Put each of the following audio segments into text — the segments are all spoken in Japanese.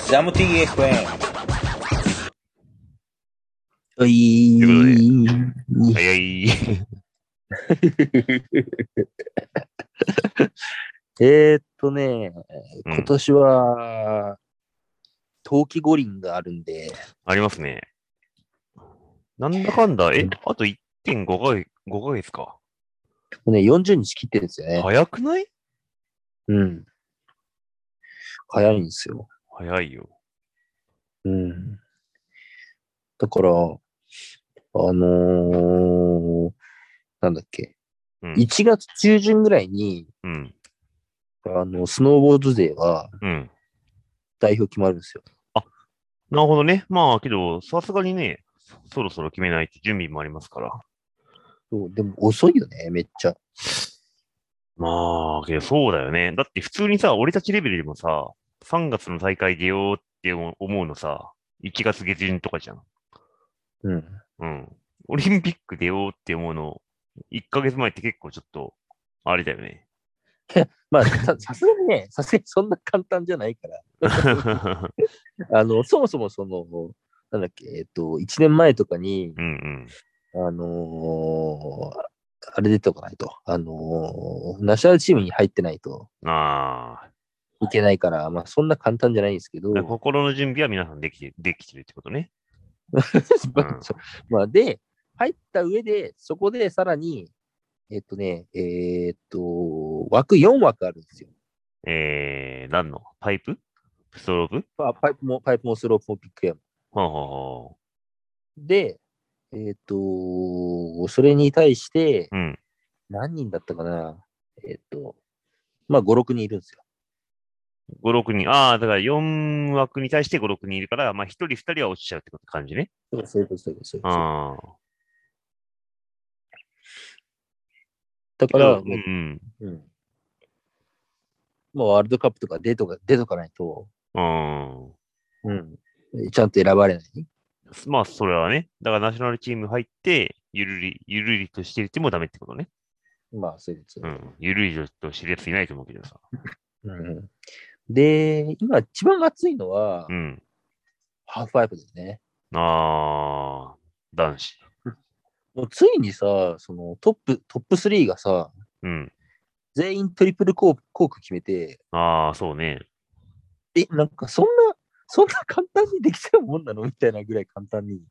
ジャム TFM。 はというい。 はいはい。 今年は、冬季五輪があるんで、 ありますね。なんだかんだ、あと1.5ヶ月、5ヶ月か。 40日切ってるんですよね。 早くない？ うん。早いんですよ。 早いよ。 うん。だから、なんだっけ。 うん。 1月中旬ぐらいに、 うん。 スノーボード勢はうん。 代表決まるんですよ。 なるほどね。まあ、けど、さすがにね、そろそろ決めないと準備もありますから。 そうでも遅いよね、めっちゃ。 まあ、けどそうだよね。だって普通にさ、俺たちレベルでもさ、3月の大会出ようって思うのさ、1月下旬とかじゃん。 うん。 うん。オリンピック出ようって思うの、1ヶ月前って結構ちょっと、あれだよね。 まあ、さすがにね、さすがにそんな簡単じゃないから。そもそもなんだっけ、1年前とかに、 うんうん。 あれ出ておかないと、ナショナルチームに入ってないとあいけないから、まあ、そんな簡単じゃないんですけあ、 ど、 心の準備は皆さんできてるってことね。うまあ、 ん。 まあ、で、入った上で、そこでさらに、枠4枠あるんですよ。 何のパイプストロープ。 パイプもスロープもピックやも。 ほうほうほで、それに対して、 う。うん。 何人だったかな。まあ、5、6人いるんですよ。 5、6人。ああ、だから4枠に対して5、6人いるから、まあ1人、2人は落ちちゃうってこと感じね。 そういうこと、そういうこと、そういうこと。 ああ。けど、 だから、 うん、 うん。もうワールドカップとか出とかないと、 うん。 うん。ちゃんと選ばれない。 まあ、それはね。だからナショナルチーム入って、ゆるりとしてるってもダメってことね。 まあ、そういうこと、そういうこうん。ゆるりとしてるやついないと思うけどさ。 と。うん。で、今一番熱いのは、 うん。 ハーフパイプですね。 ああ、男子。 もうついにさ、トップ3がさ、 うん。 全員トリプルコーク決めて、 ああ、そうね。 なんかそんな簡単にできちゃうもんなのみたいなぐらい簡単に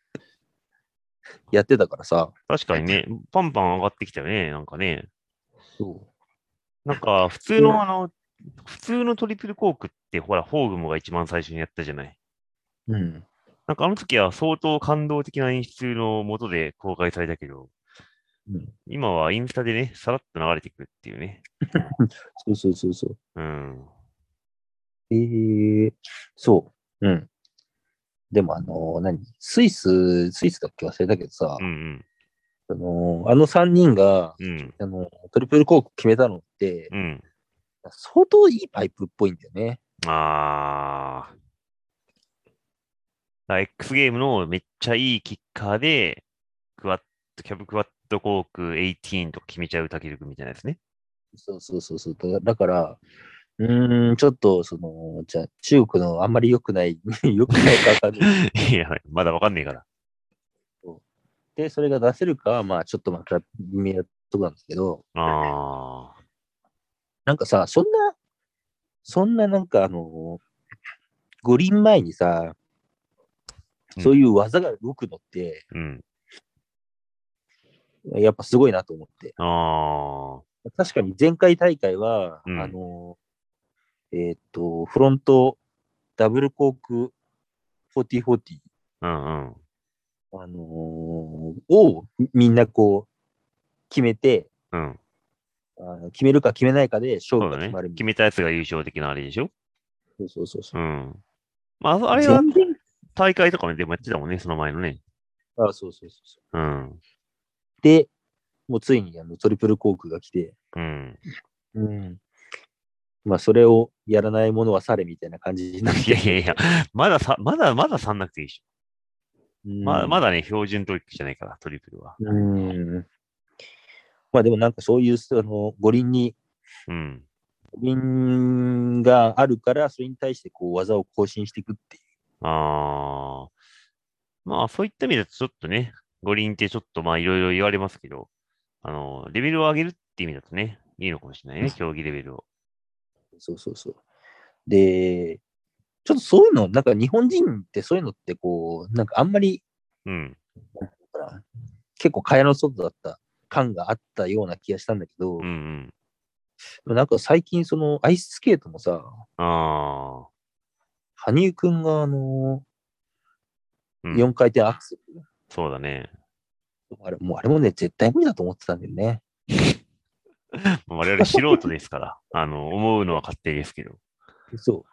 やってたからさ。 確かにね、パンパン上がってきたよね。なんかね。 そなんか、 う。 普通のトリプルコークって、ほら、ホーグモが一番最初にやったじゃない。 うん。 なんかあの時は相当感動的な演出のもとで公開されたけど、 うん。 今はインスタでね、さらっと流れてくるっていうね。 そう。 うん。 えー、そう。うん。でもスイスだっけ忘れたけどさ、 うんあの3人が、 うん。うん。 トリプルコーク決めたのって、 うん。 相当いいパイプっぽいんだよね。 あー。X ゲームのめっちゃいいキッカーで、キャブクワッドコーク18とか決めちゃうタケル君みたいなやつね。 そう。だから、ちょっと、じゃあ、中国のあんまり良くない、良くないかわかんないいや、まだわかんねえから。 けど、で、それが出せるかは、まあ、ちょっとまた微妙なとこなんですけど、 あなんかさ、そんななんか五輪前にさ、 ー。うそういん。 う技が動くのって、 うん。 やっぱすごいなと思って。 あー。 確かに前回大会は、 うん。 フロントダブルコーク4040、 うんうん。 をみんなこう決めて、 うん。 決めるか決めないかで勝負そうだね。 が決まるみたい決めたやつが優勝的なあれでしょ？ な。そう。 うん。まあ、あれは全然、 大会とかでもやってたもんね、その前のね。 そう。 うん。 で、もうついにトリプルコークが来て、 うん。 うん。まあ、それをやらないものはされみたいな感じになっいてるけど。 やいやいや、まだ触んなくていいでしょ。まだね、標準トリックじゃないから、トリプルは。 うん。まあでもなんかそういう、五輪にうん。 輪があるから、それに対してこう技を更新していくっていう。 ああ、まあそういった意味だとちょっとね、五輪ってちょっとまあいろいろ言われますけど、レベルを上げるって意味だとね、いいのかもしれないね、競技レベルを。 そうそうそう。で、ちょっとそういうの、なんか日本人ってそういうのってこう、なんかあんまり、 うん。 結構蚊帳の外だった感があったような気がしたんだけど、 うんうん。 なんか最近そのアイススケートもさ、 ああ、 羽生くんがうん。 4回転アクセル、 そうだね。 あれもね、絶対無理だと思ってたんだよね。 我々素人ですから、思うのは勝手ですけど。 そう。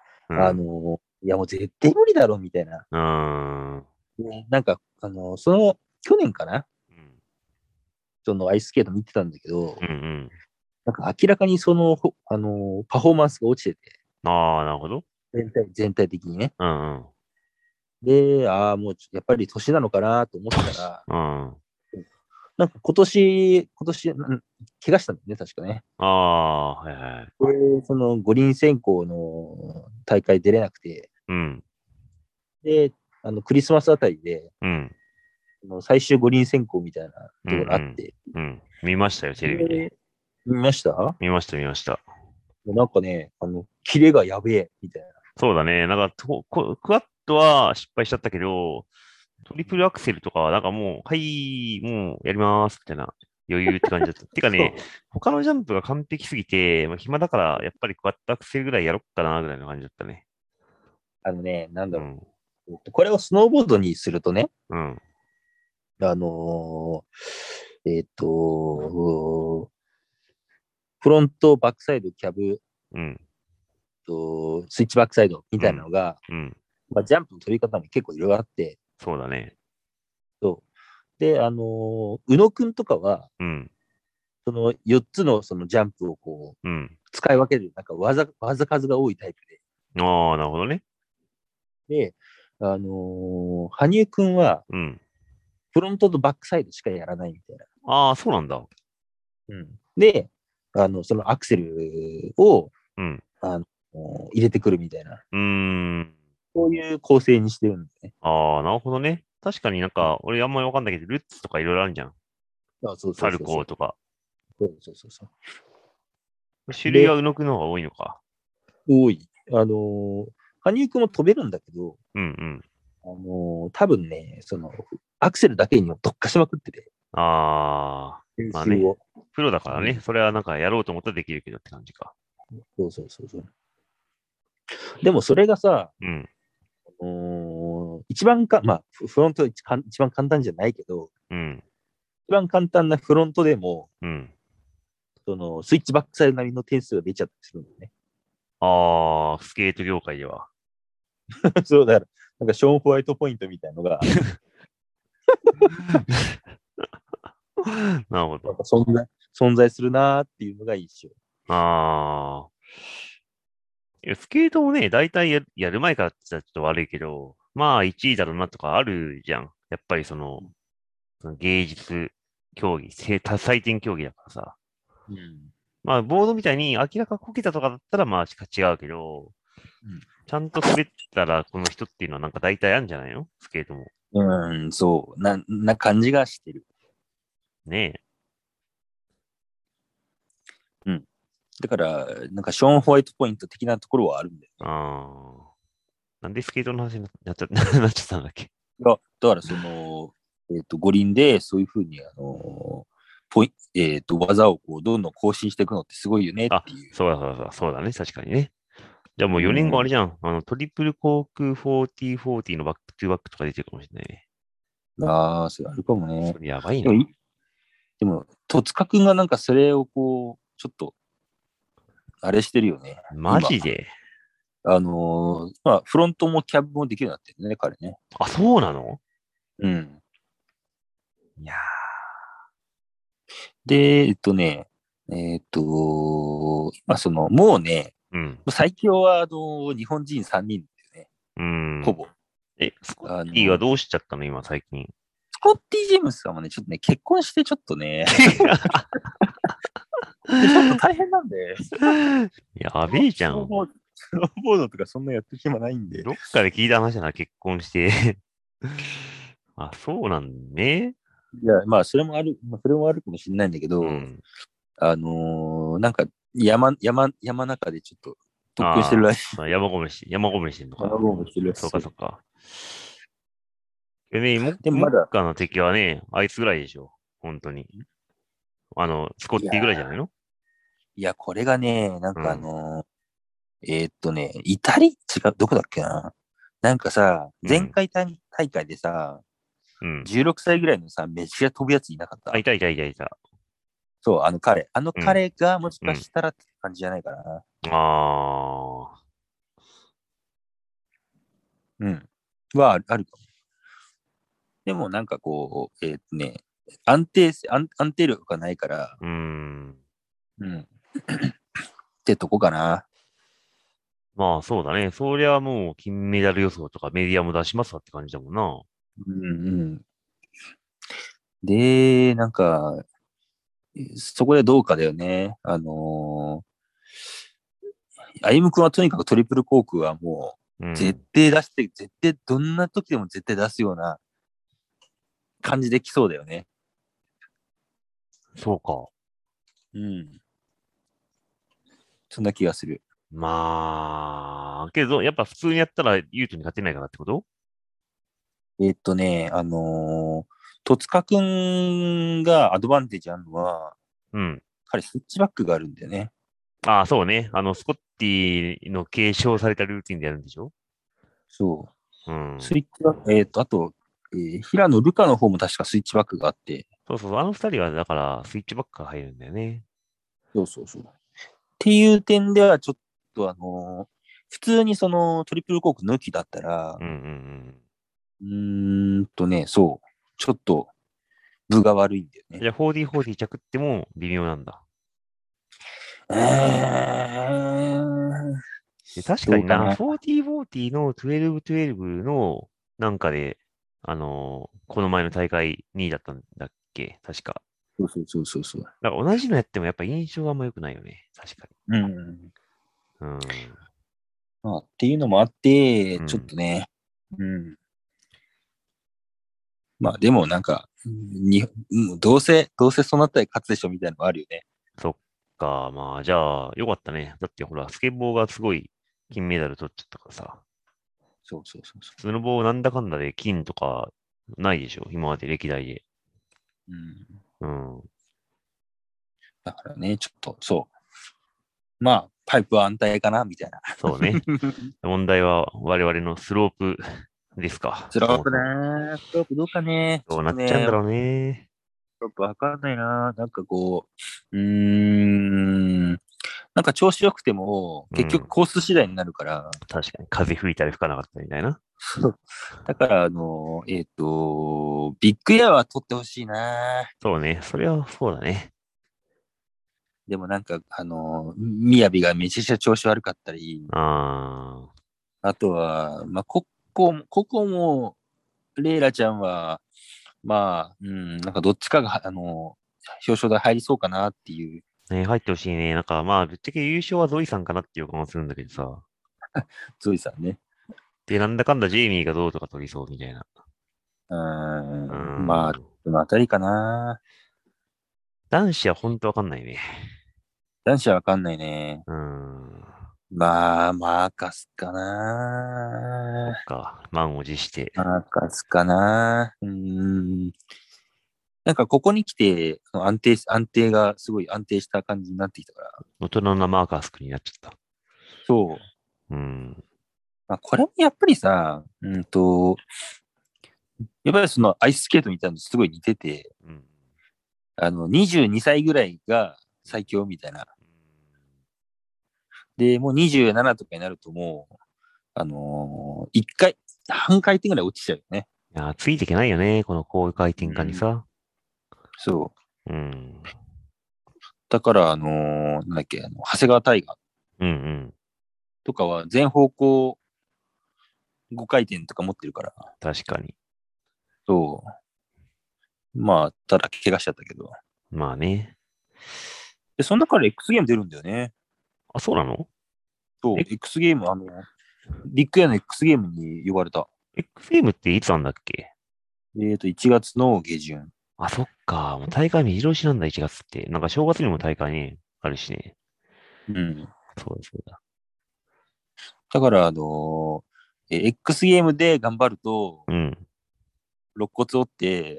うん。 いやもう絶対無理だろ、みたいな。 うーん。 ねなんか、去年かなうん。 そのアイススケート見てたんだけど、 うんうん。 なんか明らかにパフォーマンスが落ちてて、 ああ、なるほど。 全体的にね。 うんうん。 で、もうやっぱり年なのかなと思ってたら、 うん。 なんか今年、怪我したんだよね、確かね。 ああ、はいはい。 で、その五輪選考の大会出れなくて、 うん。 で、クリスマスあたりで、 うん。 最終五輪選考みたいなうんうところあっん。 て、 うん。見ましたよ、テレビで。 で、見ました見ました、見ました。 なんかね、キレがやべえ、みたいな。 そうだね。なんか、クワッドは失敗しちゃったけど、トリプルアクセルとかは、なんかもう、はい、もうやります、みたいな余裕って感じだった。てかね、 そう。 他のジャンプが完璧すぎて、まあ、暇だから、やっぱりクワッドアクセルぐらいやろっかな、ぐらいの感じだったね。 なんだろうん。 う。これをスノーボードにするとね、 うん。 あのーえっと、フロント、バックサイド、キャブ、 うん。 スイッチバックサイドみうん。 たいなのが、 うん。 まあ、ジャンプの飛び方も結構いろいろあって、 そうだね。 そうで、宇野くんとかは、 うん。 その4つのそのジャンプをこう、 うん。 使い分ける、なんか技数が多いタイプああ、なるほどね。 で、羽生くんは、 うん。 フロントとバックサイドしかやらないみたいな。 ああ、そうなんだ。 うん、で、そのアクセルを、 うん。 あの入れてくるみたいな、 うーん。 そういう構成にしてるんですね。 ああ、なるほどね。確かになんうん、 か、俺あんまりわかんないけど、ルッツとかいろいろあるじゃん。 そうそサルうそうそう。 コーとか。 そうそうそう。で、 種類は宇野くんの方が多いのか。 多い。羽生くんも飛べるんだけど、 うんうん。 多分ね、アクセルだけに特化しまくってて、 ああ、 練まあね。 習を。 プロだからね。 うん。 それはなんかやろうと思ったらできるけどって感じか。 そうそうそうそう。でもそれがさ、 うん。 一番まあ、フロント一番簡単じゃないけど、 うん。 一番簡単なフロントでも、 うん。 スイッチバックサイド並みの点数が出ちゃったりするんだよね。 ああ、スケート業界では。 そうだから、なんかショーン・ホワイトポイントみたいのが、 なるほど。 なんか存在するなーっていうのが印象。 ああ。いやスケートもね、大体やる前からって言ったらちょっと悪いけど、まあ1位だろうなとかあるじゃん。やっぱりその芸術競技、採点競技だからさ。 うん。 まあボードみたいに明らかこけたとかだったらまあ違うけど、ちゃんと滑ったらこの人っていうのはなんか大体あるんじゃないのスケートも。 うん、そう。な感じがしてる。 ねえ。 うん。だから、なんかショーン・ホワイトポイント的なところはあるんだよね。 ああ。なんでスケートの話になっちゃったんだっけ。 だから五輪でそういうふうに、ポイ技をこう、どんどん更新していくのってすごいよねっあ、 ていう。 そうだね。確かにね。じゃあもう4年後あれうん。 じゃん。トリプルコーク4040のバックトゥバックとか出てるかもしれないね。 ああ、それあるかもね。 それやばいでも、 な。 戸塚くんがなんかそれをこう、ちょっと、あれしてるよね。今。 マジで。 まあ、フロントもキャブもできるようになってるね、彼ね。 あ、そうなの。 うん。 いやで、まあ、もうね、 ー。うん。 最強は、日本人3人だよね。 うん。 ほぼ。 スコッあティはの、 どうしちゃったの今最近。 スコッティ・ジェームスさんもね、ちょっとね、結婚してちょっとね、 で、ちょっと大変なんで、 やべえじゃん。 スノーボードとかそんなやってる暇ないんで。 どっかで聞いた話だな、結婚して。あ、そうなんね。 いや、まあ、それもあるかもしれないんだけど、 うん。 なんか、山中でちょっと特訓してるあらしい。 あ、山ごもりしてんのか。 山ごもしてるらそうしい。 かそうか。ね、目でもまだ、 下の敵はね、あいつぐらいでしょ。本当に。スコッいやティぐらいじゃないの？ いや、これがね、なんかうん。 イタリ違う、どこだっけな。なんかさ、 うん。 前回大会でさ、 うん。 16歳ぐらいのさ、めっちゃ飛ぶやついなかっあ、いた？ たいたいたいた。 そう、あの彼。あのうん。 彼がもしうん。 かしたらって感じじゃないかな。 ああ。 うん。あるかも。でもなんかこう、安定力がないから、 うーん。 うん。ってとこかな。 まあそうだね。そりゃもう金メダル予想とかメディアも出しますわって感じだもんな。 うんうん。で、なんか、そこでどうかだよね。歩夢君はとにかくトリプルコークはもう、絶うん。 対出して、絶対どんな時でも絶対出すような感じできそうだよね。 そうか。 うん。そんな気がする。 まあ、けど、やっぱ普通にやったらユートに勝てないかなってこと？ えーっとね、あの戸塚くんがアドバンテージあるのは、 うん。 彼スイッチバックがあるんだよね。 ああ、そうね。スコッティの継承されたルーティンでやるんでしょ？ そう。 うん。 スイッチバック、あと、平野ルカの方も確かスイッチバックがあって、 そうそうそう。あの二人はだからスイッチばっか入るんだよね。 そうそうそう。っていう点では、ちょっと普通にそのトリプルコーク抜きだったら、 うんうんそう、ちょっと分が悪いんだようん。 ね。 じゃあ、40-40着っても微妙なんだ。で、確かにな、 どうかな。 40-40の12-12のなんかで、この前の大会2位だったんだっけ確か。 そうそうそうそうそう。 だから同じのやってもやっぱ印象があんま良くないよね。確かうん。 に。うん。 まあ、っていうのもあって、ちょっうん。 とね、うん。まあ、でもなんか、どうせそうなったら勝つでしょみたいなのがあるよね。 そっか。まあ、じゃあ、よかったね。だってほら、スケボーがすごい金メダル取っちゃったからさ。 そうそうそうそ普通の棒なんだかんだで金とかないでしょ今まで歴代で。 う。うん。 うん。 だからね、ちょっと、そう。まあ、パイプは安泰かなみたいな。 そうね。問題は我々のスロープですか。 スロープそもそも。 ね。スロープどうかね。ちょどうなっちゃうんっとね、 だろうね。 スロープわかんないな。なんかこう、なんか調子良くても、結局うん。 コース次第になるから、 確かに。風吹いたり吹かなかったりみたいな。 そうだから、ビッグエアは取ってほしいな。 そうね。それはそうだね。 でもなんか、みやびがめちゃくちゃ調子悪かったり、 ああとは、まあ、ここも、レイラちゃんは、まあ、なんかどっちかが、表彰台入りそうかなっていう、 ー。ね、入ってほしいね。なんかまあ、ぶっちゃけ優勝はゾイさんかなっていう感じするんだけどさ。 ゾイさんね。 で、なんだかんだジェイミーがどうとか取りそうみたいな。うーまあ、 ん。 どのあたりかな。 男子は本当わかんないね。 男子はわかんないね。 うーん。 まあ、マーカスかな。 そっか。満を持して。 マーカスかな。なんかここに来て、安定がすごい安定した感じになってきたから。 大人のマーカースクになっちゃった。 そう。 うん。 まあ、これもやっぱりさ、やっぱりそのアイススケートみたいなのすごい似てて、 うん。 22歳ぐらいが最強みたいな。で、もう27とかになるともう、半回転ぐらい落ちちゃうよね。 いやー、ついていけないよね。この高回転化にうん。 さ。 そう。 うん。 だから、なんだっけ、長谷川大河うんうん。 とかは全方向5回転とか持ってるから。 確かに。 そう。まあ、ただ怪我しちゃったけど。 まあね。 で、その中から X ゲーム出るんだよね。 あ、そうなの？ そう、 え X ゲーム、ビッグエアの X ゲームに呼ばれた。 X ゲームっていつなんだっけ？ 1月の下旬。 あ、そっか。もう大会目白押しなんだ、1月って。なんか正月にも大会ね、あるしね。 うん。 そうだ、そうだ。 だから、X ゲームで頑張ると、 うん。 肋骨折って、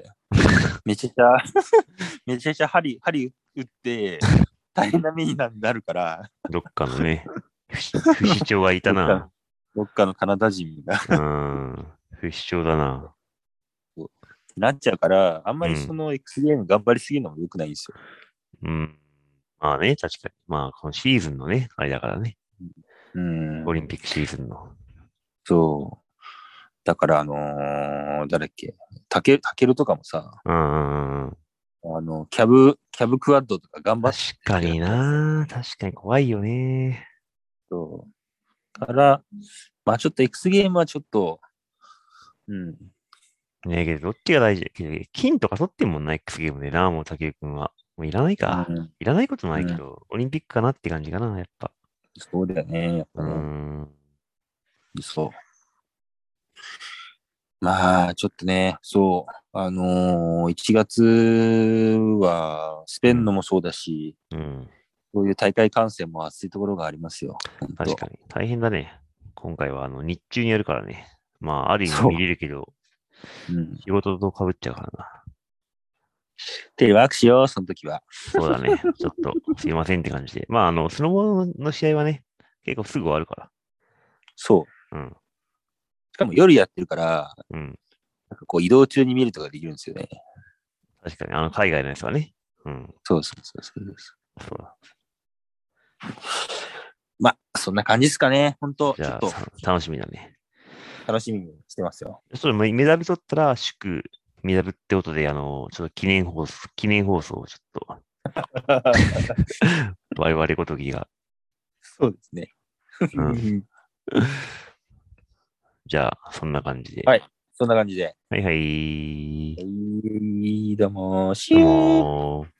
めちゃくちゃめちゃくちゃ針打って、大変な目になるから、 どっかのね、不死鳥がいたどっかの、 な。 どっかのカナダ人がうーん。不死鳥だな。 なっちゃうから、あんまりそうん。 の X ゲーム頑張りすぎるのも良くないんですよ。 うん。まあね、確かに。まあ、このシーズンのね、あれだからね。 うん、 オリンピックシーズンの。 そう。だから、誰だっけ、たけるとかもさ、 うんうんうん。 キャブクワッドとか頑張っ確かにてるやつな。確かに怖いよね。 と、から、まあちょっと X ゲームはちょっと、うん、 ねえ、けどどっちが大事けど金とか取ってんもんな、X ゲームでな、もう竹内くんは。もういらないか。 うん、 いらないことないうん、 けど、オリンピックかなって感じかな、やっぱ。 そうだよね、やっうーぱね。 ん。 そう。まあ、ちょっとね、そう、1月は、スペインのうん。 もそうだし、 うん。 そういう大会観戦も熱いところがありますよ。本当。 確かに。大変だね。今回は日中にやるからね。まあ、ある意味そ見れるけど、 う。うん。 仕事と被っちゃうからな。 テレワークしよう、その時は。 そうだね。ちょっと、すいませんって感じで。まあ、スノボの試合はね、結構すぐ終わるかそう。 ら。うん。 しかも夜やってるから、 うん。 なんかこう移動中に見るとかできるんですよね。 確かに、海外のやつはね。うん。 そうそうそうそう。 そうだ。 まあ、そんな感じですかね。本当じゃあ、 ちょっと楽しみだね。 楽しみにしてますよ。 それメダル取ったら、祝メダルってことで、ちょっと記念放送をちょっと、我々ごときが。 そうですね。 うん。じゃあ、そんな感じで。 はい。そんな感じで。 はいはい。 はい、どうも、シどうュー。 もー。